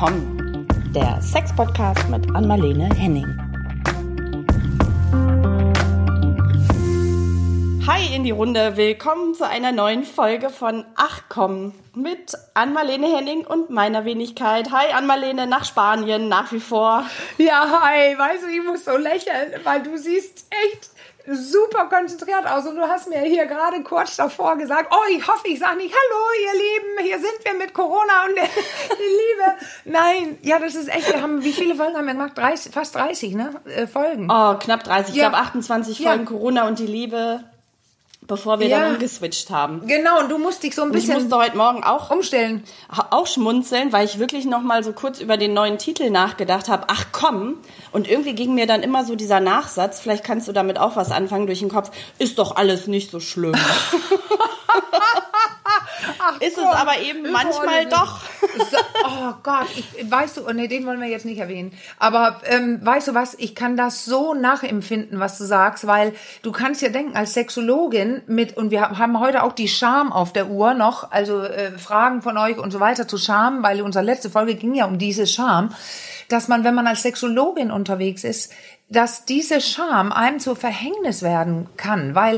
Kommen, der Sex-Podcast mit Anmalene Henning. Hi in die Runde, willkommen zu einer neuen Folge von Ach komm mit Anmalene Henning und meiner Wenigkeit. Hi Anmalene, nach Spanien nach wie vor. Ja, hi, weißt du, ich muss so lächeln, weil du siehst echt super konzentriert aus und du hast mir hier gerade kurz davor gesagt, oh, ich hoffe, ich sage nicht, hallo ihr Lieben, hier sind wir mit Corona und die Liebe. Nein, ja, das ist echt, wie viele Folgen haben wir gemacht? Fast 30, ne? Folgen. Oh, knapp 30, ja. Ich glaube 28 Folgen Corona und die Liebe, bevor wir dann umgeswitcht haben. Genau, und du musst dich so ein bisschen ich musste heute Morgen auch umstellen. Auch schmunzeln, weil ich wirklich noch mal so kurz über den neuen Titel nachgedacht habe. Ach komm. Und irgendwie ging mir dann immer so dieser Nachsatz, vielleicht kannst du damit auch was anfangen, durch den Kopf, ist doch alles nicht so schlimm. Ach, ist es aber eben manchmal doch. Oh Gott, weißt du, nee, den wollen wir jetzt nicht erwähnen. Aber weißt du was, ich kann das so nachempfinden, was du sagst, weil du kannst ja denken, als Sexologin und wir haben heute auch die Scham auf der Uhr noch, also Fragen von euch und so weiter zu Scham, weil unsere letzte Folge ging ja um diese Scham, dass man, wenn man als Sexologin unterwegs ist, dass diese Scham einem zu Verhängnis werden kann, weil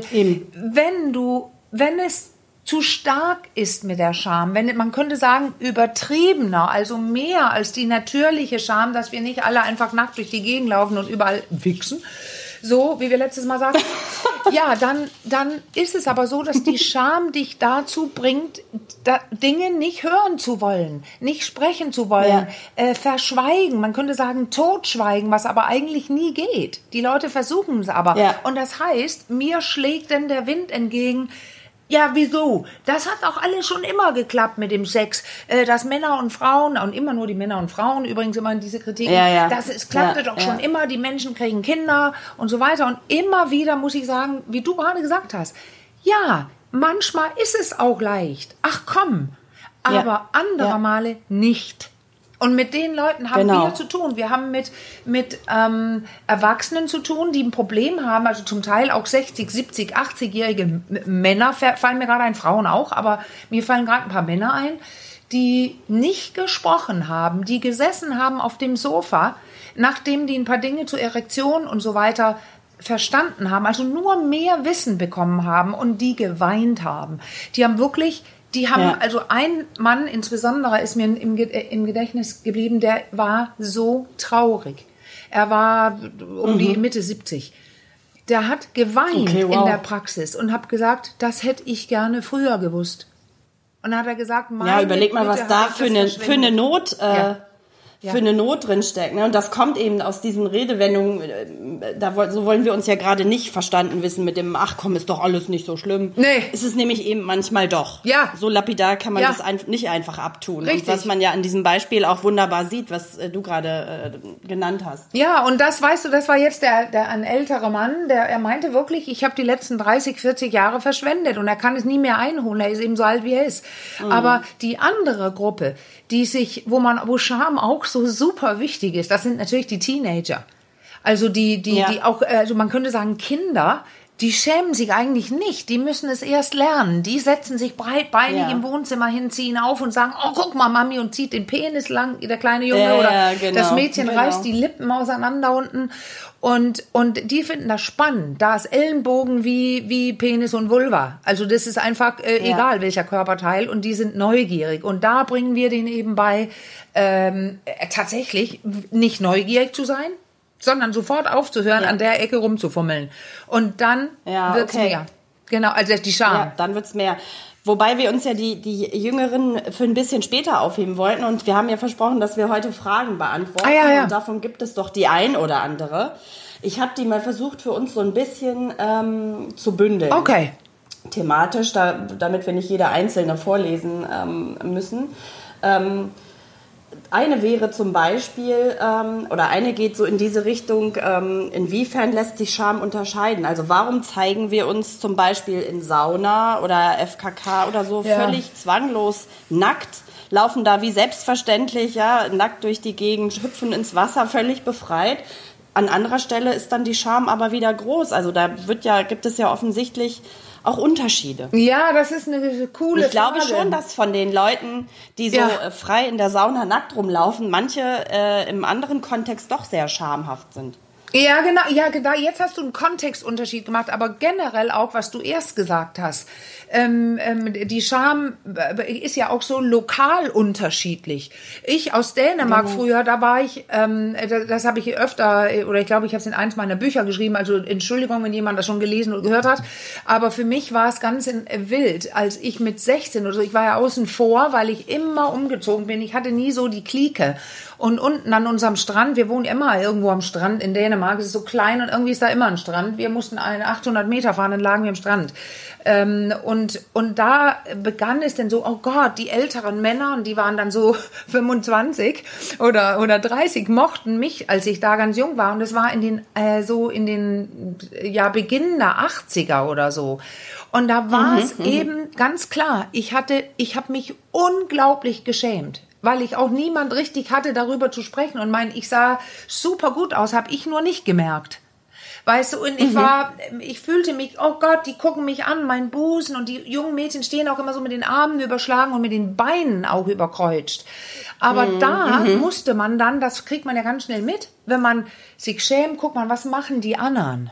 wenn es zu stark ist mit der Scham, man könnte sagen übertriebener, also mehr als die natürliche Scham, dass wir nicht alle einfach nackt durch die Gegend laufen und überall wichsen, so wie wir letztes Mal sagten. Ja, dann ist es aber so, dass die Scham dich dazu bringt, Dinge nicht hören zu wollen, nicht sprechen zu wollen, verschweigen, man könnte sagen totschweigen, was aber eigentlich nie geht. Die Leute versuchen es aber. Ja. Und das heißt, mir schlägt denn der Wind entgegen. Ja, wieso? Das hat auch alles schon immer geklappt mit dem Sex, dass Männer und Frauen, und immer nur die Männer und Frauen, übrigens immer in diese Kritiken, es klappte doch schon immer, die Menschen kriegen Kinder und so weiter. Und immer wieder muss ich sagen, wie du gerade gesagt hast, ja, manchmal ist es auch leicht. Ach komm, aber andere Male nicht. Und mit den Leuten haben wir zu tun. Wir haben mit Erwachsenen zu tun, die ein Problem haben, also zum Teil auch 60, 70, 80-jährige Männer, fallen mir gerade ein, Frauen auch, aber mir fallen gerade ein paar Männer ein, die nicht gesprochen haben, die gesessen haben auf dem Sofa, nachdem die ein paar Dinge zur Erektion und so weiter verstanden haben, also nur mehr Wissen bekommen haben und die geweint haben. Also ein Mann insbesondere ist mir im Gedächtnis geblieben, der war so traurig. Er war um die Mitte 70. Der hat geweint in der Praxis und hat gesagt, das hätte ich gerne früher gewusst. Und dann hat er gesagt, überleg mal, was da für eine Not für eine Not drinsteckt. Ne? Und das kommt eben aus diesen Redewendungen, so wollen wir uns ja gerade nicht verstanden wissen mit dem, ach komm, ist doch alles nicht so schlimm. Nee. Ist es nämlich eben manchmal doch. Ja. So lapidar kann man das nicht einfach abtun. Richtig. Und was man ja an diesem Beispiel auch wunderbar sieht, was du gerade genannt hast. Ja, und das, weißt du, das war jetzt ein älterer Mann, er meinte wirklich, ich habe die letzten 30, 40 Jahre verschwendet und er kann es nie mehr einholen, er ist eben so alt, wie er ist. Aber die andere Gruppe, wo Scham auch so super wichtig ist, das sind natürlich die Teenager. Also die auch, also man könnte sagen Kinder, die schämen sich eigentlich nicht, die müssen es erst lernen. Die setzen sich breitbeinig im Wohnzimmer hin, ziehen auf und sagen, oh, guck mal, Mami, und zieht den Penis lang, der kleine Junge, das Mädchen reißt die Lippen auseinander unten. Und die finden das spannend. Da ist Ellenbogen wie Penis und Vulva. Also das ist einfach egal, welcher Körperteil. Und die sind neugierig. Und da bringen wir denen eben bei, tatsächlich nicht neugierig zu sein, sondern sofort aufzuhören, an der Ecke rumzufummeln. Und dann wird's mehr. Genau, also die Scham. Ja, dann wird's mehr. Wobei wir uns ja die Jüngeren für ein bisschen später aufheben wollten. Und wir haben ja versprochen, dass wir heute Fragen beantworten. Und davon gibt es doch die ein oder andere. Ich habe die mal versucht, für uns so ein bisschen zu bündeln. Okay. Thematisch, damit wir nicht jede einzelne vorlesen müssen. Eine wäre zum Beispiel, oder eine geht so in diese Richtung, inwiefern lässt sich Scham unterscheiden? Also warum zeigen wir uns zum Beispiel in Sauna oder FKK oder so völlig zwanglos nackt, laufen da wie selbstverständlich nackt durch die Gegend, hüpfen ins Wasser, völlig befreit. An anderer Stelle ist dann die Scham aber wieder groß. Also da gibt es ja offensichtlich auch Unterschiede? Ja, das ist eine coole Frage. Ich glaube schon, dass von den Leuten, die so frei in der Sauna nackt rumlaufen, manche im anderen Kontext doch sehr schamhaft sind. Ja, genau. Jetzt hast du einen Kontextunterschied gemacht, aber generell auch, was du erst gesagt hast. Die Scham ist ja auch so lokal unterschiedlich. Ich aus Dänemark früher, da war ich, das habe ich öfter, oder ich glaube, ich habe es in eins meiner Bücher geschrieben, also Entschuldigung, wenn jemand das schon gelesen oder gehört hat, aber für mich war es ganz wild, als ich mit 16 oder so, ich war ja außen vor, weil ich immer umgezogen bin, ich hatte nie so die Clique. Und unten an unserem Strand, wir wohnen immer irgendwo am Strand in Dänemark, es ist so klein und irgendwie ist da immer ein Strand. Wir mussten 800 Meter fahren, dann lagen wir am Strand. Und da begann es denn so, oh Gott, die älteren Männer, und die waren dann so 25 oder 30, mochten mich, als ich da ganz jung war. Und das war in den Beginn der 80er oder so. Und da war es eben ganz klar, ich habe mich unglaublich geschämt, weil ich auch niemand richtig hatte, darüber zu sprechen. Und ich sah super gut aus, habe ich nur nicht gemerkt. Weißt du, und ich fühlte mich, oh Gott, die gucken mich an, mein Busen, und die jungen Mädchen stehen auch immer so mit den Armen überschlagen und mit den Beinen auch überkreuzt. Aber da musste man dann, das kriegt man ja ganz schnell mit, wenn man sich schämt, guckt man, was machen die anderen?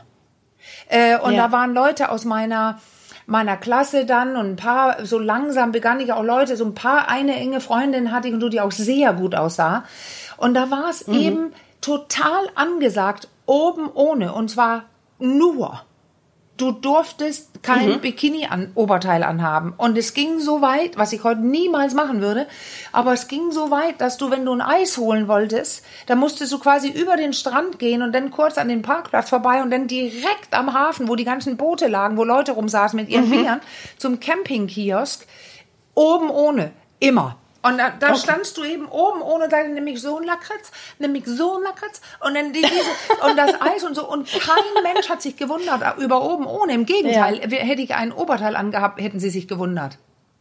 Da waren Leute aus meiner Klasse dann, und ein paar, so langsam begann ich auch Leute, so eine enge Freundin hatte ich, und die auch sehr gut aussah. Und da war es eben total angesagt, oben ohne, und zwar nur. Du durftest kein Bikini-Oberteil anhaben. Und es ging so weit, was ich heute niemals machen würde, aber es ging so weit, dass du, wenn du ein Eis holen wolltest, dann musstest du quasi über den Strand gehen und dann kurz an den Parkplatz vorbei und dann direkt am Hafen, wo die ganzen Boote lagen, wo Leute rumsaßen mit ihren Fingern, zum Campingkiosk, oben ohne, immer. Und da standst du eben oben ohne deine, nämlich so ein Lakritz, und dann und das Eis und so, und kein Mensch hat sich gewundert über oben ohne. Im Gegenteil, hätte ich ein Oberteil angehabt, hätten sie sich gewundert.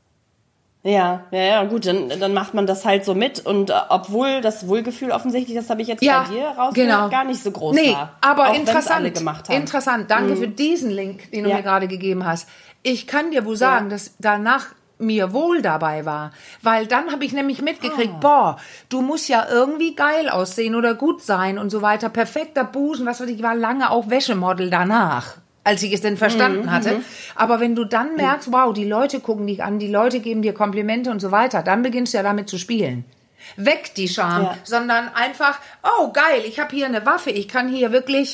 Ja, gut, dann macht man das halt so mit, und obwohl das Wohlgefühl offensichtlich, das habe ich jetzt bei dir rausgehört, gar nicht so groß war. Aber auch interessant, alle gemacht haben. Interessant, danke für diesen Link, den du mir gerade gegeben hast. Ich kann dir wohl sagen, dass danach mir wohl dabei war, weil dann habe ich nämlich mitgekriegt, du musst ja irgendwie geil aussehen oder gut sein und so weiter, perfekter Busen, was weiß ich, war lange auch Wäschemodel danach, als ich es denn verstanden hatte, aber wenn du dann merkst, wow, die Leute gucken dich an, die Leute geben dir Komplimente und so weiter, dann beginnst du ja damit zu spielen. Weg die Scham, sondern einfach, oh geil, ich habe hier eine Waffe, ich kann hier wirklich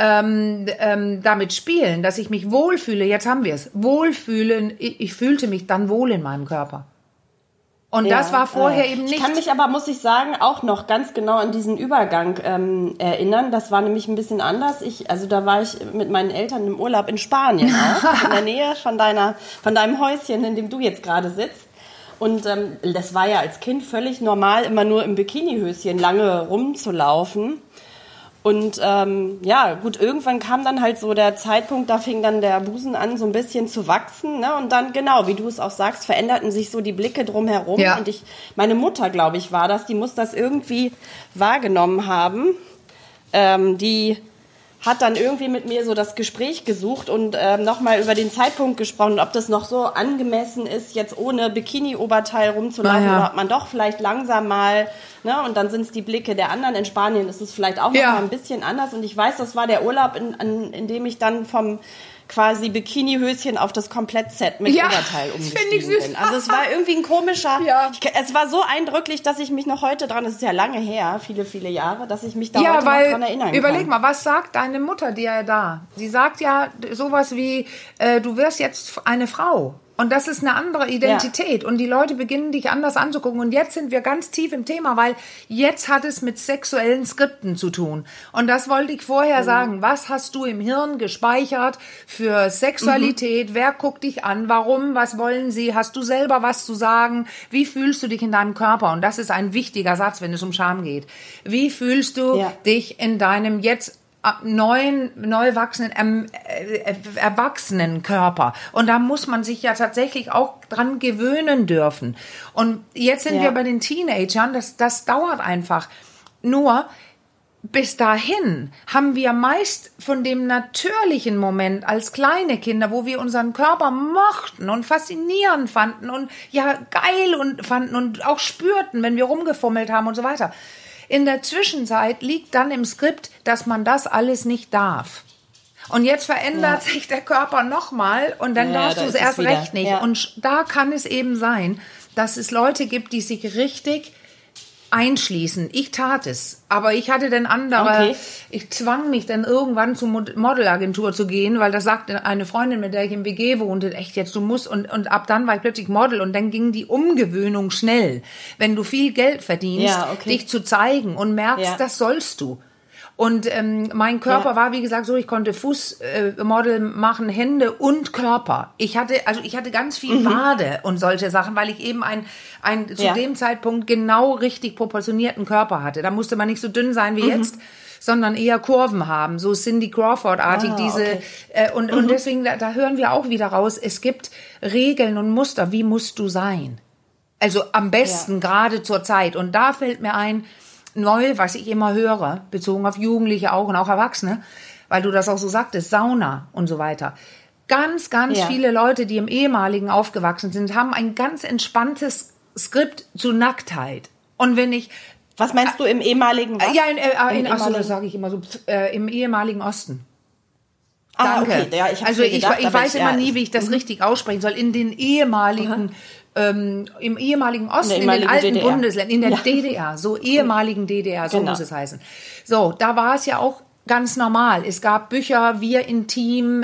damit spielen, dass ich mich wohlfühle. Jetzt haben wir es. Wohlfühlen, ich fühlte mich dann wohl in meinem Körper. Und das war vorher eben nicht. Ich kann mich aber, muss ich sagen, auch noch ganz genau an diesen Übergang erinnern. Das war nämlich ein bisschen anders. Da war ich mit meinen Eltern im Urlaub in Spanien auch, in der Nähe von deinem Häuschen, in dem du jetzt gerade sitzt. Und das war ja als Kind völlig normal, immer nur im Bikinihöschen lange rumzulaufen. Und gut, irgendwann kam dann halt so der Zeitpunkt, da fing dann der Busen an, so ein bisschen zu wachsen. Ne? Und dann, genau, wie du es auch sagst, veränderten sich so die Blicke drumherum. Ja. Und meine Mutter, glaube ich, war das, die muss das irgendwie wahrgenommen haben. Die hat dann irgendwie mit mir so das Gespräch gesucht und nochmal über den Zeitpunkt gesprochen, ob das noch so angemessen ist, jetzt ohne Bikini-Oberteil rumzulaufen, oder ob man doch vielleicht langsam mal, ne, und dann sind es die Blicke der anderen. In Spanien ist es vielleicht auch noch mal ein bisschen anders, und ich weiß, das war der Urlaub, in dem ich dann vom quasi Bikinihöschen auf das Komplettset mit Oberteil umgestiegen bin. Also es war irgendwie ein komischer, es war so eindrücklich, dass ich mich noch heute dran, das ist ja lange her, viele, viele Jahre, dass ich mich da heute noch dran erinnern kann. Überleg mal, was sagt deine Mutter dir da? Sie sagt ja sowas wie, du wirst jetzt eine Frau. Und das ist eine andere Identität. Und die Leute beginnen, dich anders anzugucken. Und jetzt sind wir ganz tief im Thema, weil jetzt hat es mit sexuellen Skripten zu tun. Und das wollte ich vorher sagen. Was hast du im Hirn gespeichert für Sexualität? Wer guckt dich an? Warum? Was wollen sie? Hast du selber was zu sagen? Wie fühlst du dich in deinem Körper? Und das ist ein wichtiger Satz, wenn es um Scham geht. Wie fühlst du dich in deinem jetzt neu wachsenden, erwachsenen Körper. Und da muss man sich ja tatsächlich auch dran gewöhnen dürfen. Und jetzt sind wir bei den Teenagern, das dauert einfach. Nur, bis dahin haben wir meist von dem natürlichen Moment als kleine Kinder, wo wir unseren Körper mochten und faszinierend fanden und ja geil und fanden und auch spürten, wenn wir rumgefummelt haben und so weiter. In der Zwischenzeit liegt dann im Skript, dass man das alles nicht darf. Und jetzt verändert sich der Körper nochmal und dann darfst du es erst recht nicht. Ja. Und da kann es eben sein, dass es Leute gibt, die sich richtig einschließen. Ich tat es, aber ich hatte dann andere, ich zwang mich dann irgendwann zur Modelagentur zu gehen, weil das sagte eine Freundin, mit der ich im WG wohnte, echt jetzt, du musst, und ab dann war ich plötzlich Model und dann ging die Umgewöhnung schnell. Wenn du viel Geld verdienst, dich zu zeigen und merkst, das sollst du. Und mein Körper war, wie gesagt, so, ich konnte Fußmodel machen, Hände und Körper. Ich hatte ganz viel Wade und solche Sachen, weil ich eben zu dem Zeitpunkt genau richtig proportionierten Körper hatte. Da musste man nicht so dünn sein wie jetzt, sondern eher Kurven haben, so Cindy Crawford-artig. Und deswegen, da hören wir auch wieder raus, es gibt Regeln und Muster, wie musst du sein? Also am besten gerade zur Zeit. Und da fällt mir ein, neu, was ich immer höre, bezogen auf Jugendliche auch und auch Erwachsene, weil du das auch so sagtest, Sauna und so weiter. Ganz viele Leute, die im Ehemaligen aufgewachsen sind, haben ein ganz entspanntes Skript zu Nacktheit. Und wenn ich... Was meinst du im ehemaligen was? Ja, das sage ich immer so, im ehemaligen Osten. Danke. Okay. Ja, ich weiß immer nie, wie ich das richtig aussprechen soll. In den ehemaligen... im ehemaligen Osten, in den alten DDR. Bundesländern, in der DDR, so ehemaligen DDR, so muss es heißen. So, da war es ja auch ganz normal. Es gab Bücher, wir intim,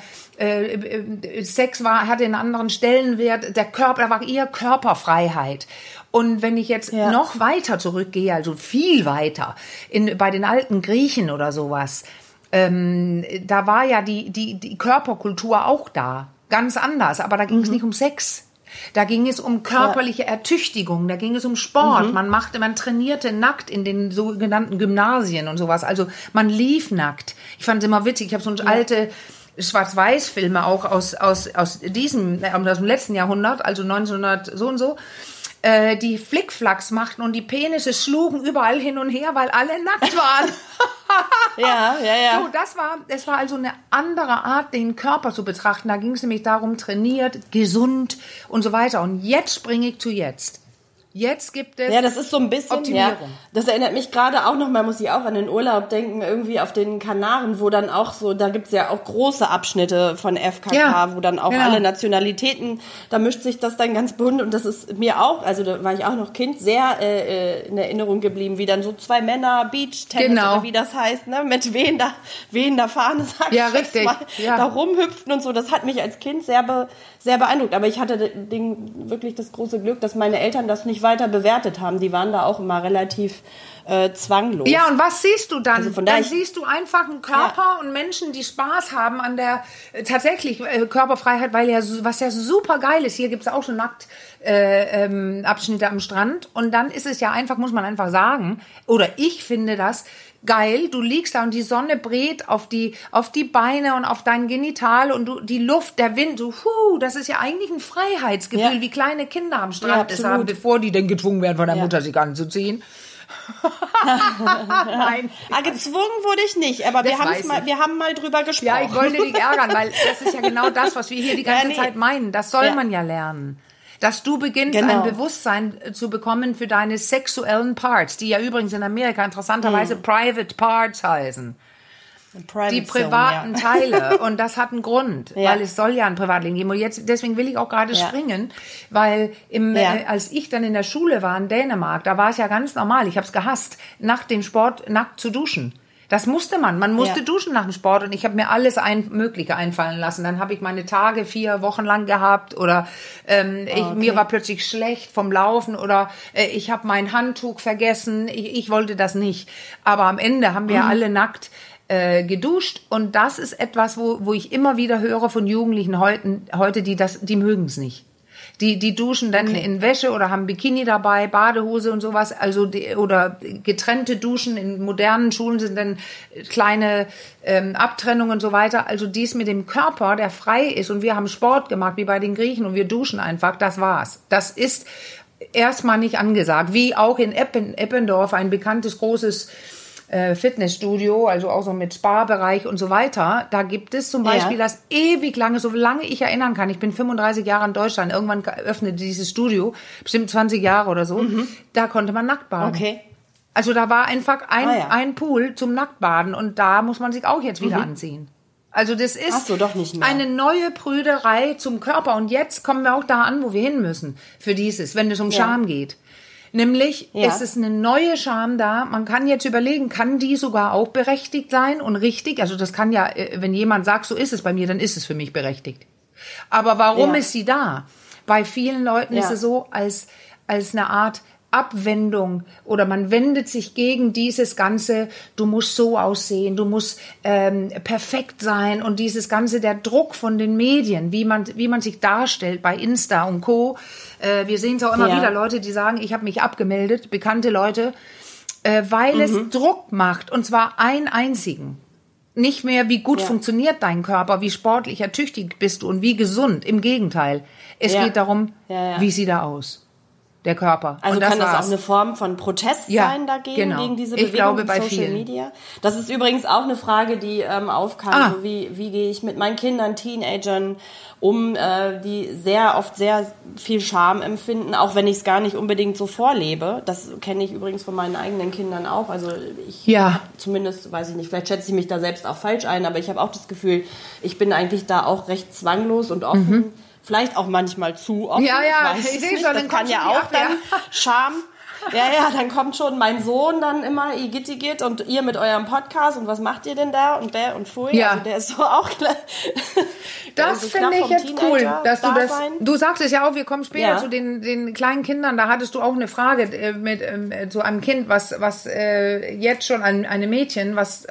Sex hatte einen anderen Stellenwert, der Körper, da war eher Körperfreiheit. Und wenn ich jetzt noch weiter zurückgehe, also viel weiter, bei den alten Griechen oder sowas, da war ja die Körperkultur auch da, ganz anders, aber da ging es nicht um Sex. Da ging es um körperliche Ertüchtigung, da ging es um Sport. Man trainierte nackt in den sogenannten Gymnasien und sowas. Also man lief nackt. Ich fand es immer witzig. Ich habe so alte Schwarz-Weiß-Filme auch aus dem letzten Jahrhundert, also 1900 so und so, die Flickflacks machten und die Penisse schlugen überall hin und her, weil alle nackt waren. Ja. So, das war also eine andere Art, den Körper zu betrachten. Da ging es nämlich darum, trainiert, gesund und so weiter. Und jetzt springe ich zu jetzt. Jetzt gibt es das ist so ein bisschen Optimierung. Das erinnert mich gerade auch nochmal, muss ich auch an den Urlaub denken, irgendwie auf den Kanaren, wo dann auch so, da gibt's ja auch große Abschnitte von FKK, wo dann auch alle Nationalitäten, da mischt sich das dann ganz bunt und das ist mir auch, also da war ich auch noch Kind, sehr in Erinnerung geblieben, wie dann so zwei Männer Beach-Tennis oder wie das heißt, ne, mit wehender Fahne, sag ich richtig. Mal, da rumhüpften und so, das hat mich als Kind sehr beeindruckt, aber ich hatte wirklich das große Glück, dass meine Eltern das nicht weiter bewertet haben. Die waren da auch immer relativ zwanglos. Ja, und was siehst du dann? Also dann siehst du einfach einen Körper und Menschen, die Spaß haben an der tatsächlich Körperfreiheit, was ja super geil ist. Hier gibt's auch schon Abschnitte am Strand. Und dann ist es ja einfach, muss man einfach sagen, oder ich finde das geil, du liegst da und die Sonne brät auf die Beine und auf dein Genital und die Luft, der Wind, so, das ist ja eigentlich ein Freiheitsgefühl, wie kleine Kinder am Strand es haben, bevor die dann gezwungen werden von der Mutter, sich anzuziehen. Nein. Gezwungen wurde ich nicht, aber wir haben mal drüber gesprochen. Ja, ich wollte dich ärgern, weil das ist ja genau das, was wir hier die ganze Zeit meinen. Das soll man ja lernen. Dass du beginnst, ein Bewusstsein zu bekommen für deine sexuellen Parts, die ja übrigens in Amerika interessanterweise Private Parts heißen. Die privaten Teile. Und das hat einen Grund, weil es soll ja ein Privatleben geben. Und jetzt, deswegen will ich auch gerade springen, weil als ich dann in der Schule war in Dänemark, da war es ja ganz normal, ich habe es gehasst, nach dem Sport nackt zu duschen. Das musste man. Man musste duschen nach dem Sport und ich habe mir alles Mögliche einfallen lassen. Dann habe ich meine Tage 4 Wochen lang gehabt oder mir war plötzlich schlecht vom Laufen oder ich habe mein Handtuch vergessen. Ich wollte das nicht. Aber am Ende haben wir alle nackt geduscht und das ist etwas, wo ich immer wieder höre von Jugendlichen heute, die mögen es nicht. Die duschen dann in Wäsche oder haben Bikini dabei, Badehose und sowas, oder getrennte Duschen. In modernen Schulen sind dann kleine Abtrennungen und so weiter. Also dies mit dem Körper, der frei ist und wir haben Sport gemacht, wie bei den Griechen und wir duschen einfach, das war's. Das ist erstmal nicht angesagt. Wie auch in Eppendorf, ein bekanntes, großes Fitnessstudio, also auch so mit Spa-Bereich und so weiter. Da gibt es zum Beispiel das ewig lange, solange ich erinnern kann, ich bin 35 Jahre in Deutschland, irgendwann öffnete dieses Studio, bestimmt 20 Jahre oder so, da konnte man nackt baden. Okay. Also da war einfach ein Pool zum Nacktbaden und da muss man sich auch jetzt wieder anziehen. Also das ist doch nicht mehr. eine neue Prüderei zum Körper. Und jetzt kommen wir auch da an, wo wir hin müssen für dieses, wenn es um Scham geht. Nämlich ist es eine neue Scham da. Man kann jetzt überlegen, kann die sogar auch berechtigt sein und richtig? Also das kann ja, wenn jemand sagt, so ist es bei mir, dann ist es für mich berechtigt. Aber warum ist sie da? Bei vielen Leuten ist es so, als eine Art Abwendung oder man wendet sich gegen dieses Ganze, du musst so aussehen, du musst perfekt sein und dieses Ganze, der Druck von den Medien, wie man sich darstellt bei Insta und Co. Wir sehen es auch immer wieder, Leute, die sagen, ich habe mich abgemeldet, bekannte Leute, weil es Druck macht und zwar einen einzigen. Nicht mehr, wie gut funktioniert dein Körper, wie sportlich, tüchtig bist du und wie gesund. Im Gegenteil. Es geht darum, wie sieht er aus? Der Körper. Also kann das auch eine Form von Protest sein dagegen, gegen diese Bewegung in Social Media? Das ist übrigens auch eine Frage, die aufkam. So wie gehe ich mit meinen Kindern, Teenagern um, die sehr oft sehr viel Scham empfinden, auch wenn ich es gar nicht unbedingt so vorlebe. Das kenne ich übrigens von meinen eigenen Kindern auch. Also ich zumindest, weiß ich nicht, vielleicht schätze ich mich da selbst auch falsch ein, aber ich habe auch das Gefühl, ich bin eigentlich da auch recht zwanglos und offen. Vielleicht auch manchmal zu offen. Ja, ich sehe schon, das kann ja auch dann Scham. Ja, dann kommt schon mein Sohn dann immer, Igitt, und ihr mit eurem Podcast und was macht ihr denn da? Und der und Pfui, also der ist so auch klar. Das finde ich jetzt cool, dass du das, du sagst es ja auch, wir kommen später zu den kleinen Kindern, da hattest du auch eine Frage mit zu einem Kind, was jetzt schon eine Mädchen, was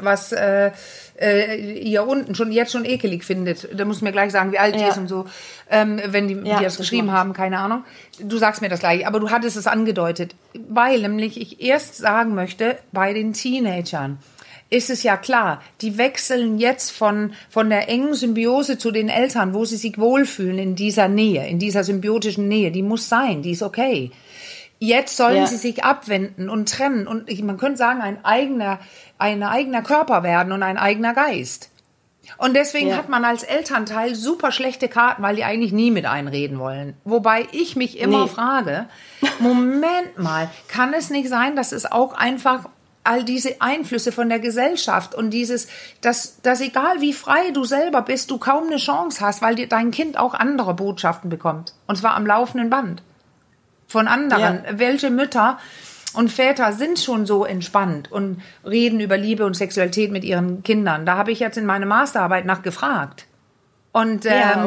ihr unten jetzt schon ekelig findet. Da musst du mir gleich sagen, wie alt die ist und so, wenn die das geschrieben haben, keine Ahnung. Du sagst mir das gleich, aber du hattest es angedeutet, weil nämlich ich erst sagen möchte, bei den Teenagern ist es ja klar, die wechseln jetzt von der engen Symbiose zu den Eltern, wo sie sich wohlfühlen in dieser Nähe, in dieser symbiotischen Nähe, die muss sein, die ist okay. Jetzt sollen sie sich abwenden und trennen und man könnte sagen, ein eigener Körper werden und ein eigener Geist. Und deswegen hat man als Elternteil super schlechte Karten, weil die eigentlich nie mit einreden wollen. Wobei ich mich immer frage, Moment mal, kann es nicht sein, dass es auch einfach all diese Einflüsse von der Gesellschaft und dass egal wie frei du selber bist, du kaum eine Chance hast, weil dein Kind auch andere Botschaften bekommt. Und zwar am laufenden Band. Von anderen. Welche Mütter und Väter sind schon so entspannt und reden über Liebe und Sexualität mit ihren Kindern? Da habe ich jetzt in meiner Masterarbeit nachgefragt. Und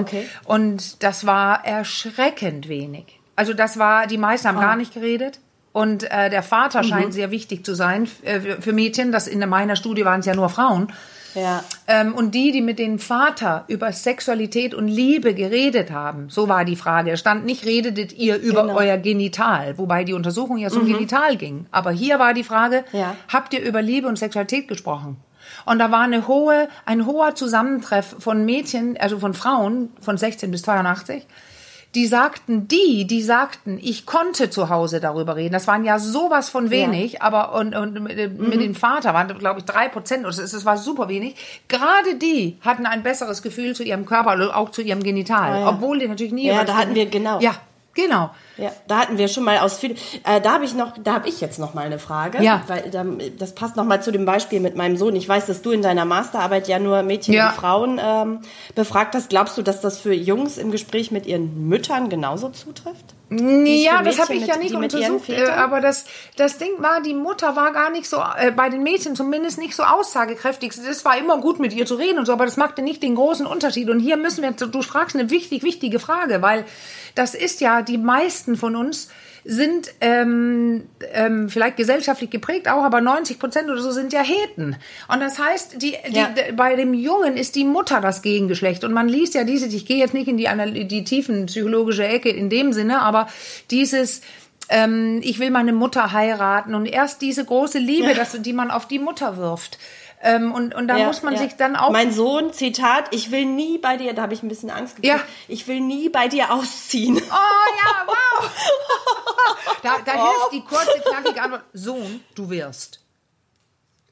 das war erschreckend wenig. Also die meisten haben gar nicht geredet. Und der Vater scheint sehr wichtig zu sein für Mädchen. In meiner Studie waren es ja nur Frauen. Ja. Und die mit dem Vater über Sexualität und Liebe geredet haben, so war die Frage. Es stand nicht, redetet ihr über euer Genital, wobei die Untersuchung ja zum Genital ging. Aber hier war die Frage, habt ihr über Liebe und Sexualität gesprochen? Und da war ein hoher Zusammentreff von Mädchen, also von Frauen von 16 bis 82, die sagten, ich konnte zu Hause darüber reden. Das waren ja sowas von wenig, aber und mit dem Vater waren, glaube ich, 3%. Das war super wenig. Gerade die hatten ein besseres Gefühl zu ihrem Körper, auch zu ihrem Genital. Obwohl die natürlich nie... Ja, da hatten wir, genau. Ja, genau. Ja, da hatten wir schon mal ausführlich. Da habe ich jetzt noch mal eine Frage, weil das passt noch mal zu dem Beispiel mit meinem Sohn. Ich weiß, dass du in deiner Masterarbeit ja nur Mädchen und Frauen befragt hast. Glaubst du, dass das für Jungs im Gespräch mit ihren Müttern genauso zutrifft? Ja, das habe ich ja nicht untersucht, aber das Ding war, die Mutter war gar nicht so, bei den Mädchen zumindest nicht so aussagekräftig. Es war immer gut, mit ihr zu reden und so, aber das machte nicht den großen Unterschied. Und hier müssen wir, du fragst eine wichtige Frage, weil das ist ja, die meisten von uns sind vielleicht gesellschaftlich geprägt auch, aber 90% oder so sind ja Heten. Und das heißt, bei dem Jungen ist die Mutter das Gegengeschlecht. Und man liest ja ich gehe jetzt nicht in die tiefen psychologische Ecke in dem Sinne, aber dieses ich will meine Mutter heiraten und erst diese große Liebe, die man auf die Mutter wirft. Und da muss man sich dann auch... Mein Sohn, Zitat, ich will nie bei dir, da habe ich ein bisschen Angst gekriegt, ich will nie bei dir ausziehen. Oh ja, wow! Da hilft die kurze, knackige Antwort, Sohn, du wirst.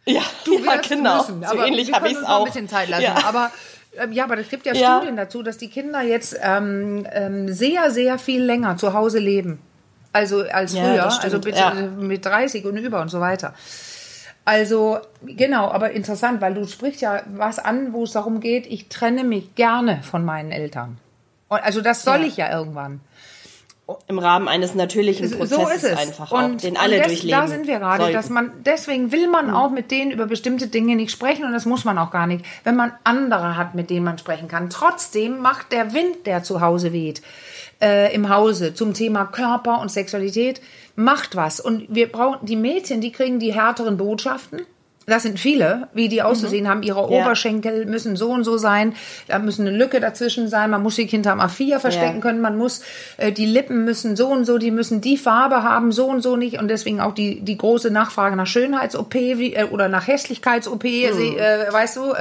Ja, Du wirst genau. müssen. So Aber ähnlich wir habe können ich uns es noch auch. ein bisschen Zeit lassen. Ja. Aber es gibt ja Ja. Studien dazu, dass die Kinder jetzt sehr, sehr viel länger zu Hause leben. Also als Ja, früher, das also stimmt, mit 30 und über und so weiter. Also, genau, aber interessant, weil du sprichst ja was an, wo es darum geht, ich trenne mich gerne von meinen Eltern. Und also das soll ich ja irgendwann. Im Rahmen eines natürlichen Prozesses So ist es. einfach auch, den alle durchleben. Da sind wir gerade, sollten. dass deswegen will man auch mit denen über bestimmte Dinge nicht sprechen und das muss man auch gar nicht, wenn man andere hat, mit denen man sprechen kann. Trotzdem macht der Wind, der zu Hause weht, im Hause zum Thema Körper und Sexualität, macht was. Und wir brauchen, die Mädchen, die kriegen die härteren Botschaften. Das sind viele, wie die auszusehen haben. Ihre Oberschenkel müssen so und so sein. Da müssen eine Lücke dazwischen sein. Man muss sich hinterm A4 verstecken können. Man muss, die Lippen müssen so und so, die müssen die Farbe haben, so und so nicht. Und deswegen auch die große Nachfrage nach Schönheits-OP oder nach Hässlichkeits-OP, weißt du?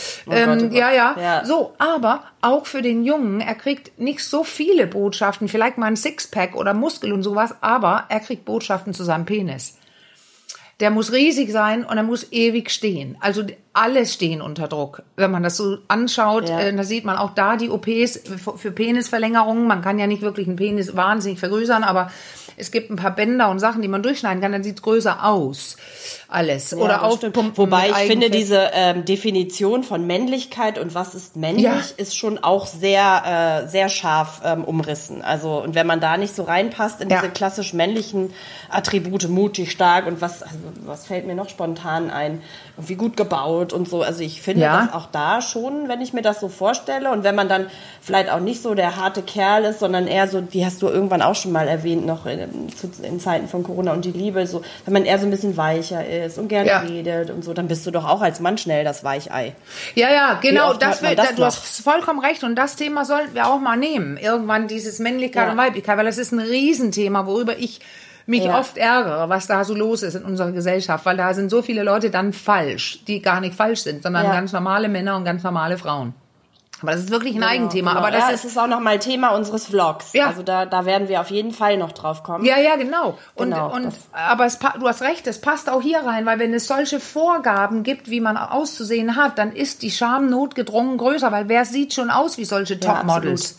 Ja. So, aber auch für den Jungen, er kriegt nicht so viele Botschaften, vielleicht mal ein Sixpack oder Muskel und sowas, aber er kriegt Botschaften zu seinem Penis. Der muss riesig sein und er muss ewig stehen. Also alles stehen unter Druck. Wenn man das so anschaut, da sieht man auch da die OPs für Penisverlängerungen. Man kann ja nicht wirklich einen Penis wahnsinnig vergrößern, aber es gibt ein paar Bänder und Sachen, die man durchschneiden kann, dann sieht es größer aus. Alles. Oder aufpumpen. Wobei ich finde, diese Definition von Männlichkeit und was ist männlich, ist schon auch sehr, sehr scharf umrissen. Also, und wenn man da nicht so reinpasst in diese klassisch männlichen Attribute, mutig, stark und was fällt mir noch spontan ein? Irgendwie gut gebaut und so. Also ich finde das auch da schon, wenn ich mir das so vorstelle und wenn man dann vielleicht auch nicht so der harte Kerl ist, sondern eher so, die hast du irgendwann auch schon mal erwähnt, noch in Zeiten von Corona und die Liebe, so, wenn man eher so ein bisschen weicher ist und gerne redet und so, dann bist du doch auch als Mann schnell das Weichei. Ja, genau, du hast vollkommen recht und das Thema sollten wir auch mal nehmen. Irgendwann dieses Männlichkeit und Weiblichkeit, weil das ist ein Riesenthema, worüber ich mich oft ärgere, was da so los ist in unserer Gesellschaft, weil da sind so viele Leute dann falsch, die gar nicht falsch sind, sondern ganz normale Männer und ganz normale Frauen. Aber das ist wirklich ein Eigenthema. Genau. Aber das ist auch nochmal Thema unseres Vlogs. Ja. Also da werden wir auf jeden Fall noch drauf kommen. Ja, genau. Aber du hast recht, es passt auch hier rein, weil wenn es solche Vorgaben gibt, wie man auszusehen hat, dann ist die Scham notgedrungen größer, weil wer sieht schon aus wie solche Topmodels?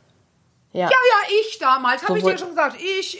Ja, ich damals, habe ich dir schon gesagt,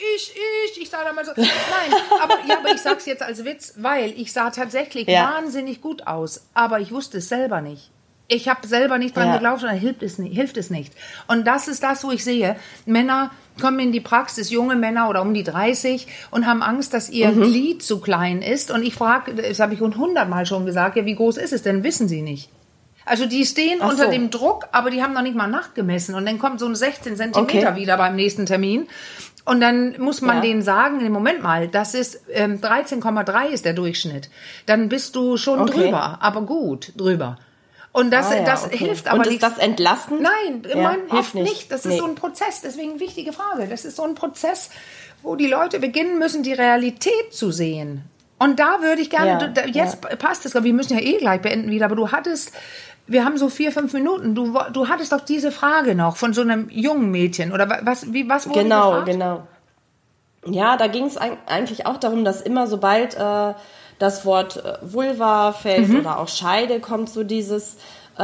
ich sah damals so, nein, aber ich sag's jetzt als Witz, weil ich sah tatsächlich wahnsinnig gut aus, aber ich wusste es selber nicht. Ich habe selber nicht dran geglaubt und dann hilft es nicht. Und das ist das, wo ich sehe, Männer kommen in die Praxis, junge Männer oder um die 30 und haben Angst, dass ihr Glied zu klein ist und ich frage, das habe ich 100-mal schon gesagt, ja, wie groß ist es denn, wissen sie nicht. Also die stehen unter dem Druck, aber die haben noch nicht mal nachgemessen. Und dann kommt so ein 16 Zentimeter wieder beim nächsten Termin. Und dann muss man denen sagen, im Moment mal, das ist 13,3 ist der Durchschnitt. Dann bist du schon drüber, aber gut drüber. Und das hilft aber nicht. Und ist das entlastend? Nein, oft nicht. Das ist so ein Prozess, deswegen wichtige Frage. Das ist so ein Prozess, wo die Leute beginnen müssen, die Realität zu sehen. Und da würde ich gerne, jetzt passt es, wir müssen ja gleich beenden wieder, aber wir haben so 4-5 Minuten. Du hattest doch diese Frage noch von so einem jungen Mädchen oder was wurde gefragt? Genau. Ja, da ging es eigentlich auch darum, dass immer sobald das Wort Vulva fällt oder auch Scheide, kommt so dieses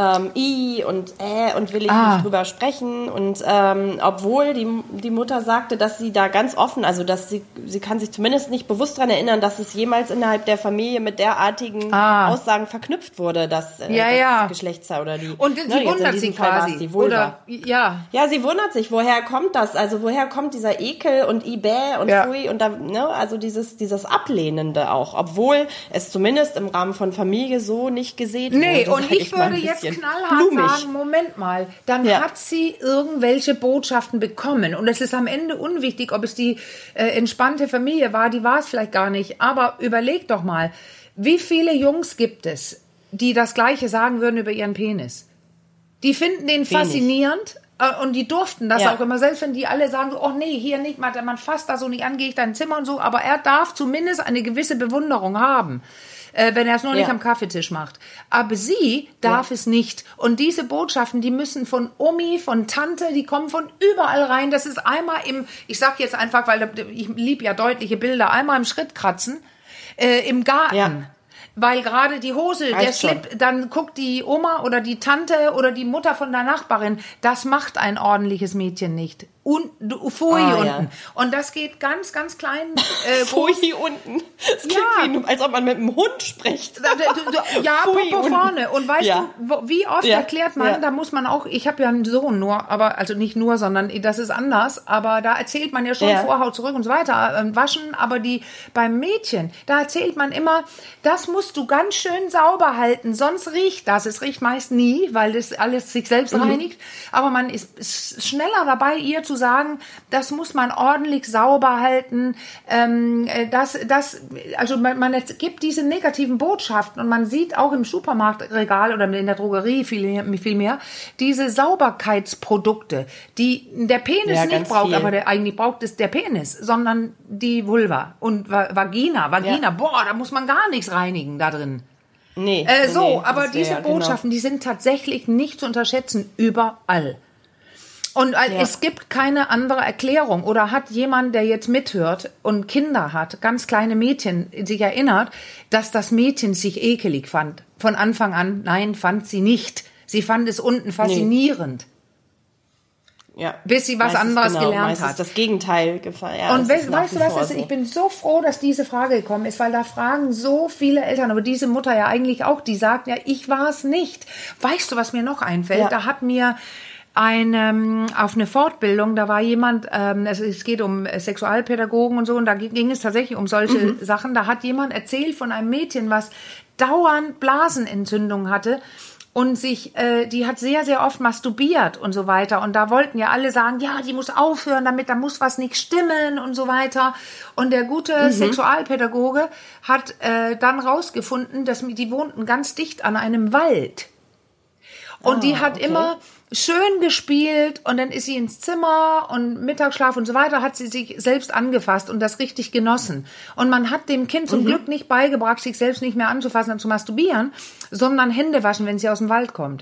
I und will ich nicht drüber sprechen. Und obwohl die Mutter sagte, dass sie da ganz offen, also dass sie kann sich zumindest nicht bewusst daran erinnern, dass es jemals innerhalb der Familie mit derartigen Aussagen verknüpft wurde, dass das Geschlechtsteil oder die. Und sie wundert sich quasi. Die Vulva. Ja, sie wundert sich, woher kommt das? Also woher kommt dieser Ekel und Ibä und Pfui und da, also dieses Ablehnende auch, obwohl es zumindest im Rahmen von Familie so nicht gesehen wurde. Nee, und ich würde jetzt knallhart sagen, Moment mal, dann hat sie irgendwelche Botschaften bekommen und es ist am Ende unwichtig, ob es die entspannte Familie war, die war es vielleicht gar nicht, aber überleg doch mal, wie viele Jungs gibt es, die das Gleiche sagen würden über ihren Penis? Die finden den faszinierend und die durften das auch immer, selbst wenn die alle sagen, so, oh nee, hier nicht, man fasst da so nicht an, gehe ich da ins Zimmer und so, aber er darf zumindest eine gewisse Bewunderung haben. Wenn er es nur nicht am Kaffeetisch macht. Aber sie darf es nicht. Und diese Botschaften, die müssen von Omi, von Tante, die kommen von überall rein. Das ist einmal ich sag jetzt einfach, weil ich liebe ja deutliche Bilder, einmal im Schritt kratzen, im Garten. Weil gerade die Hose, der Slip, dann guckt die Oma oder die Tante oder die Mutter von der Nachbarin, das macht ein ordentliches Mädchen nicht. Und Fui unten. Ja. Und das geht ganz, ganz klein. Fui unten. Das klingt wie, als ob man mit einem Hund spricht. Ja, Popo vorne. Und weißt du, wie oft erklärt man, da muss man auch, ich habe ja einen Sohn nur, aber, also nicht nur, sondern das ist anders, aber da erzählt man ja schon Vorhaut zurück und so weiter, waschen, aber beim Mädchen, da erzählt man immer, das musst du ganz schön sauber halten, sonst riecht das. Es riecht meist nie, weil das alles sich selbst reinigt, aber man ist schneller dabei, ihr zu sagen, das muss man ordentlich sauber halten, also man gibt diese negativen Botschaften und man sieht auch im Supermarktregal oder in der Drogerie viel mehr diese Sauberkeitsprodukte, die der Penis nicht braucht, aber eigentlich braucht es der Penis, sondern die Vulva und Vagina, boah, da muss man gar nichts reinigen da drin. Nee, aber diese Botschaften, die sind tatsächlich nicht zu unterschätzen, überall. Und es gibt keine andere Erklärung. Oder hat jemand, der jetzt mithört und Kinder hat, ganz kleine Mädchen, sich erinnert, dass das Mädchen sich ekelig fand? Von Anfang an, nein, fand sie nicht. Sie fand es unten faszinierend. Ja. Bis sie was anderes gelernt hat. Das Gegenteil gefallen. Ja, und weißt du was? Ich bin so froh, dass diese Frage gekommen ist, weil da fragen so viele Eltern, aber diese Mutter ja eigentlich auch, die sagt ja, ich war es nicht. Weißt du, was mir noch einfällt? Ja. Da hat mir auf eine Fortbildung, da war jemand, es geht um Sexualpädagogen und so, und da ging es tatsächlich um solche Sachen. Da hat jemand erzählt von einem Mädchen, was dauernd Blasenentzündung hatte und die hat sehr, sehr oft masturbiert und so weiter. Und da wollten ja alle sagen, ja, die muss aufhören, da muss was nicht stimmen und so weiter. Und der gute Sexualpädagoge hat dann rausgefunden, dass die wohnten ganz dicht an einem Wald. Und die hat immer schön gespielt und dann ist sie ins Zimmer und Mittagsschlaf und so weiter, hat sie sich selbst angefasst und das richtig genossen. Und man hat dem Kind zum Glück nicht beigebracht, sich selbst nicht mehr anzufassen und zu masturbieren, sondern Hände waschen, wenn sie aus dem Wald kommt.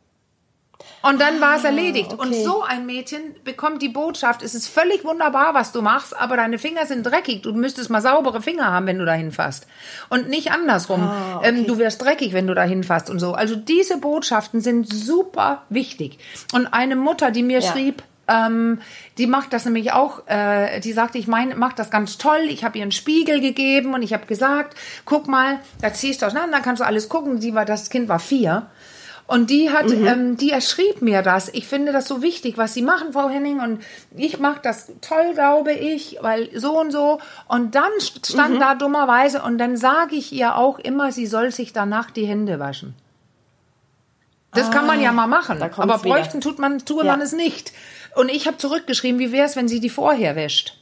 Und dann war es erledigt. Okay. Und so ein Mädchen bekommt die Botschaft, es ist völlig wunderbar, was du machst, aber deine Finger sind dreckig. Du müsstest mal saubere Finger haben, wenn du dahin fasst. Und nicht andersrum. Du wirst dreckig, wenn du dahin fasst und so. Also diese Botschaften sind super wichtig. Und eine Mutter, die mir schrieb, die macht das nämlich auch, die sagte, ich mach das ganz toll, ich habe ihr einen Spiegel gegeben und ich habe gesagt, guck mal, da ziehst du auseinander, dann kannst du alles gucken. Das Kind war 4. Und die hat, die erschrieb mir das. Ich finde das so wichtig, was Sie machen, Frau Henning. Und ich mache das toll, glaube ich, weil so und so. Und dann stand da dummerweise, und dann sage ich ihr auch immer, sie soll sich danach die Hände waschen. Das kann man ja mal machen. Aber bräuchten tue man es nicht. Und ich habe zurückgeschrieben, wie wäre es, wenn sie die vorher wäscht?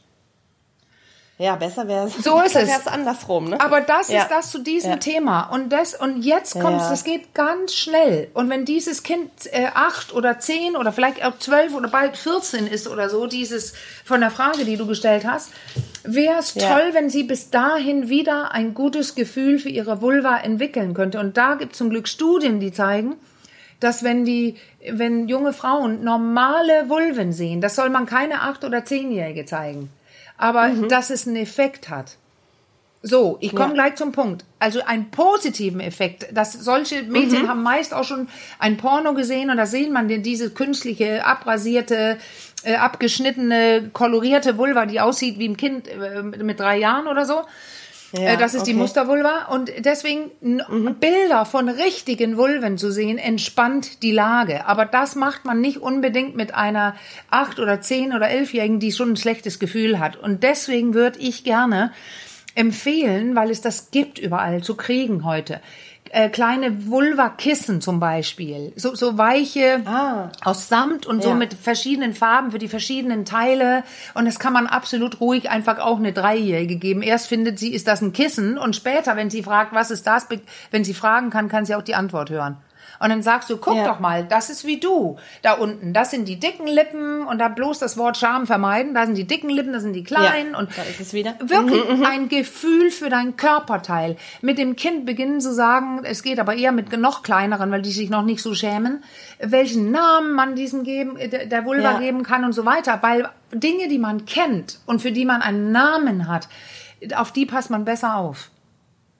Ja, besser wäre es. So ist es. Andersrum, ne? Aber das ist das zu diesem Thema. Und jetzt kommt es, das geht ganz schnell. Und wenn dieses Kind 8 oder 10 oder vielleicht auch 12 oder bald 14 ist oder so, dieses von der Frage, die du gestellt hast, wäre es toll, wenn sie bis dahin wieder ein gutes Gefühl für ihre Vulva entwickeln könnte. Und da gibt es zum Glück Studien, die zeigen, dass wenn junge Frauen normale Vulven sehen, das soll man keine 8- oder 10-Jährige zeigen, aber dass es einen Effekt hat. So, ich komme gleich zum Punkt. Also einen positiven Effekt. Dass solche Mädchen haben meist auch schon ein Porno gesehen und da sehen man diese künstliche, abrasierte, abgeschnittene, kolorierte Vulva, die aussieht wie ein Kind mit 3 Jahren oder so. Ja, das ist die Mustervulva. Und deswegen Bilder von richtigen Vulven zu sehen, entspannt die Lage. Aber das macht man nicht unbedingt mit einer 8- oder 10- oder 11-Jährigen, die schon ein schlechtes Gefühl hat. Und deswegen würde ich gerne empfehlen, weil es das gibt überall zu kriegen heute, kleine Vulva-Kissen zum Beispiel, so weiche aus Samt und so mit verschiedenen Farben für die verschiedenen Teile, und das kann man absolut ruhig einfach auch eine 3-Jährige geben. Erst findet sie, ist das ein Kissen, und später, wenn sie fragt, was ist das, wenn sie fragen kann sie auch die Antwort hören. Und dann sagst du, guck doch mal, das ist wie du. Da unten, das sind die dicken Lippen, und da bloß das Wort Scham vermeiden. Da sind die dicken Lippen, da sind die kleinen. Und da ist es wieder. Wirklich ein Gefühl für dein Körperteil. Mit dem Kind beginnen zu sagen, es geht aber eher mit noch kleineren, weil die sich noch nicht so schämen, welchen Namen man der Vulva geben kann und so weiter. Weil Dinge, die man kennt und für die man einen Namen hat, auf die passt man besser auf.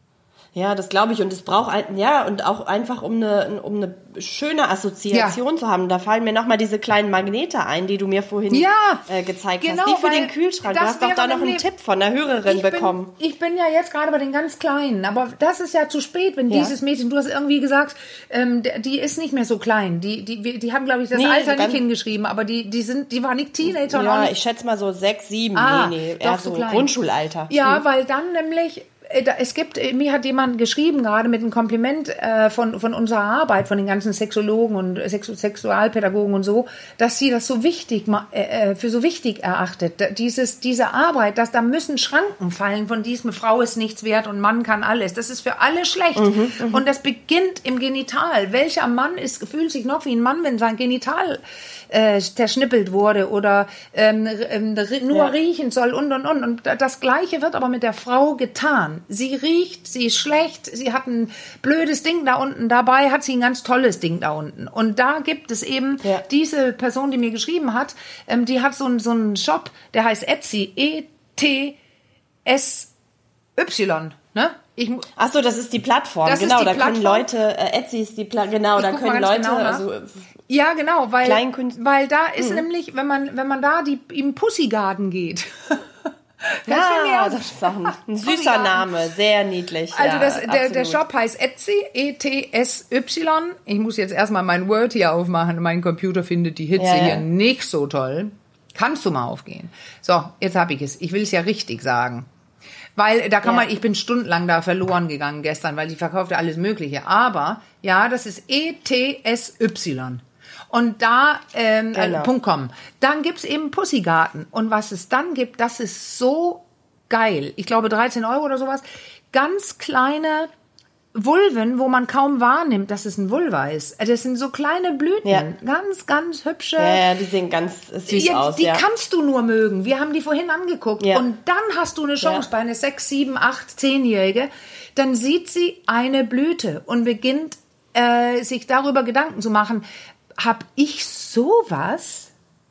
Ja, das glaube ich. Und es braucht und auch einfach, um eine schöne Assoziation zu haben. Da fallen mir nochmal diese kleinen Magnete ein, die du mir vorhin gezeigt hast. Die für den Kühlschrank. Du hast doch da noch einen Tipp von einer Hörerin bekommen. Ich bin ja jetzt gerade bei den ganz Kleinen, aber das ist ja zu spät, wenn dieses Mädchen, du hast irgendwie gesagt, die ist nicht mehr so klein. Die haben, glaube ich, das Alter nicht hingeschrieben, aber die war nicht Teenager. Ja, ich schätze mal so 6, 7. Eher so klein. Grundschulalter. Ja, weil dann nämlich... mir hat jemand geschrieben, gerade mit einem Kompliment von unserer Arbeit, von den ganzen Sexologen und Sexualpädagogen und so, dass sie das so wichtig, für so wichtig erachtet. Diese Arbeit, dass da müssen Schranken fallen von diesem Frau ist nichts wert und Mann kann alles. Das ist für alle schlecht. Und das beginnt im Genital. Welcher Mann fühlt sich noch wie ein Mann, wenn sein Genital zerschnippelt wurde oder nur riechen soll und. Und das Gleiche wird aber mit der Frau getan. Sie riecht, sie ist schlecht, sie hat ein blödes Ding da unten, dabei hat sie ein ganz tolles Ding da unten. Und da gibt es eben diese Person, die mir geschrieben hat, die hat so einen Shop, der heißt Etsy, ETSY, ne? Ach so, das ist die Plattform, genau, da können Leute, Etsy ist die Plattform, genau, da können Leute, ja, genau, weil da ist nämlich, wenn man da im Pussygarden geht, das ist auch ein süßer Name, sehr niedlich. Also der Shop heißt Etsy, ETSY. Ich muss jetzt erstmal mein Word hier aufmachen. Mein Computer findet die Hitze hier nicht so toll. Kannst du mal aufgehen? So, jetzt habe ich es. Ich will es ja richtig sagen. Weil da kann ich bin stundenlang da verloren gegangen gestern, weil die verkaufte alles Mögliche. Aber, das ist ETSY. Und da, .com. Dann gibt's eben Pussygarten. Und was es dann gibt, das ist so geil. Ich glaube 13 € oder sowas. Ganz kleine Vulven, wo man kaum wahrnimmt, dass es ein Vulva ist. Das sind so kleine Blüten. Ganz, ganz hübsche. Ja, die sehen ganz süß aus. Die kannst du nur mögen. Wir haben die vorhin angeguckt. Ja. Und dann hast du eine Chance bei einer 6, 7, 8, 10-Jährige. Dann sieht sie eine Blüte und beginnt sich darüber Gedanken zu machen. Hab ich sowas?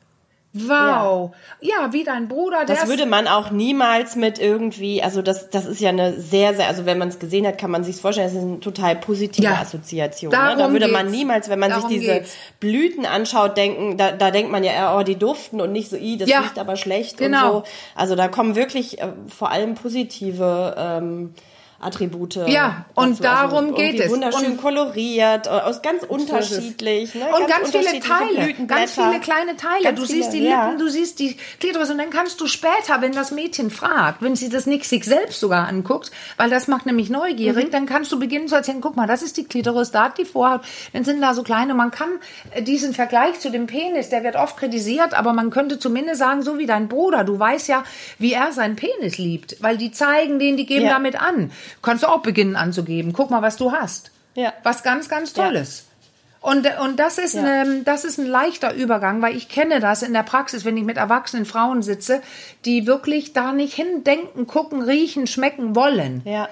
Wow. Ja, wie dein Bruder. Das würde man auch niemals mit irgendwie, also das ist ja eine sehr, sehr, also wenn man es gesehen hat, kann man sich vorstellen, das ist eine total positive Assoziation. Ne? Da würde man niemals, wenn man sich diese Blüten anschaut, denken, da denkt man ja, die duften und nicht so, das riecht aber schlecht und so. Also da kommen wirklich vor allem positive Attribute. Ja, und darum geht es. Wunderschön koloriert, aus ganz unterschiedlich. Ne? Und ganz viele Teile, ganz viele kleine Teile. Du siehst die Lippen, du siehst die Klitoris und dann kannst du später, wenn das Mädchen fragt, wenn sie das nicht sich selbst sogar anguckt, weil das macht nämlich neugierig, dann kannst du beginnen zu erzählen, guck mal, das ist die Klitoris, da hat die Vorhaut, dann sind da so kleine, man kann diesen Vergleich zu dem Penis, der wird oft kritisiert, aber man könnte zumindest sagen, so wie dein Bruder, du weißt ja, wie er seinen Penis liebt, weil die zeigen den, die geben damit an. Kannst du auch beginnen anzugeben. Guck mal, was du hast. Ja. Was ganz, ganz Tolles. Und das ist ein leichter Übergang, weil ich kenne das in der Praxis, wenn ich mit erwachsenen Frauen sitze, die wirklich da nicht hindenken, gucken, riechen, schmecken wollen. Ja.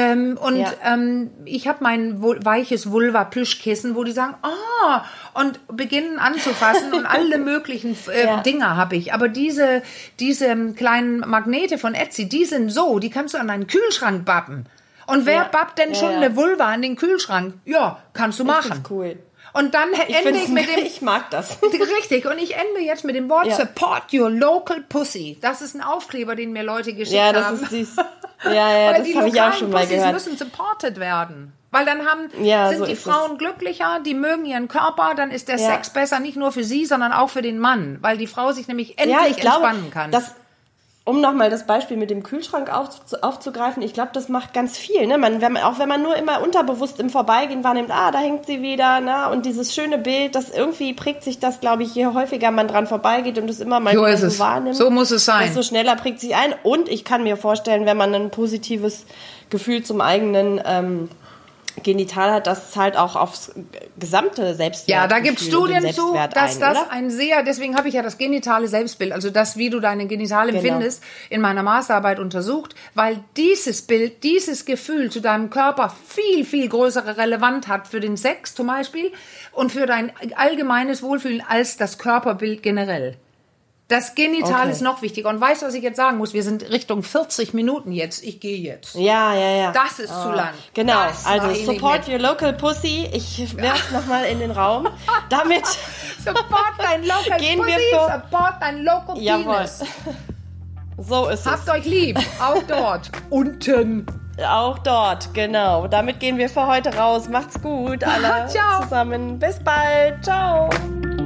Ich habe mein weiches Vulva-Plüschkissen, wo die sagen, und beginnen anzufassen und alle möglichen Dinger habe ich. Aber diese kleinen Magnete von Etsy, die sind so, die kannst du an deinen Kühlschrank bappen. Und wer bappt denn schon eine Vulva an den Kühlschrank? Ja, kannst du machen. Das ist cool. Und dann ende ich mit dem... Ich mag das. Richtig. Und ich ende jetzt mit dem Wort Support your local pussy. Das ist ein Aufkleber, den mir Leute geschickt haben. Ja, das ist süß. Ja, das habe ich auch schon mal gehört. Die müssen supported werden. Weil dann sind die Frauen glücklicher, die mögen ihren Körper, dann ist der Sex besser, nicht nur für sie, sondern auch für den Mann. Weil die Frau sich nämlich endlich entspannen kann. Um nochmal das Beispiel mit dem Kühlschrank aufzugreifen, ich glaube, das macht ganz viel. Ne? Wenn man nur immer unterbewusst im Vorbeigehen wahrnimmt, da hängt sie wieder, ne? Und dieses schöne Bild, das irgendwie prägt sich das, glaube ich, je häufiger man dran vorbeigeht und es immer mal so wahrnimmt. So muss es sein. Desto schneller prägt sich ein. Und ich kann mir vorstellen, wenn man ein positives Gefühl zum eigenen Genital hat, das zahlt auch aufs gesamte Selbstwert. Ja, da gibt es Studien zu, dass deswegen habe ich ja das genitale Selbstbild, also das, wie du deine Genitale empfindest, in meiner Masterarbeit untersucht, weil dieses Bild, dieses Gefühl zu deinem Körper viel, viel größere Relevanz hat für den Sex zum Beispiel und für dein allgemeines Wohlfühlen als das Körperbild generell. Das Genital Okay. ist noch wichtiger. Und weißt du, was ich jetzt sagen muss? Wir sind Richtung 40 Minuten jetzt. Ich gehe jetzt. Ja. Das ist zu lang. Genau, Das also mach ich nicht support mit. your local pussy. Ich werf's nochmal in den Raum. Damit Support dein local Gehen wir Pussy, vor- support dein local Jawohl. Penis. So ist Habt euch lieb. Auch dort. Unten. es. Auch dort, genau. Damit gehen wir für heute raus. Macht's gut, alle Ciao. zusammen. Bis bald. Ciao.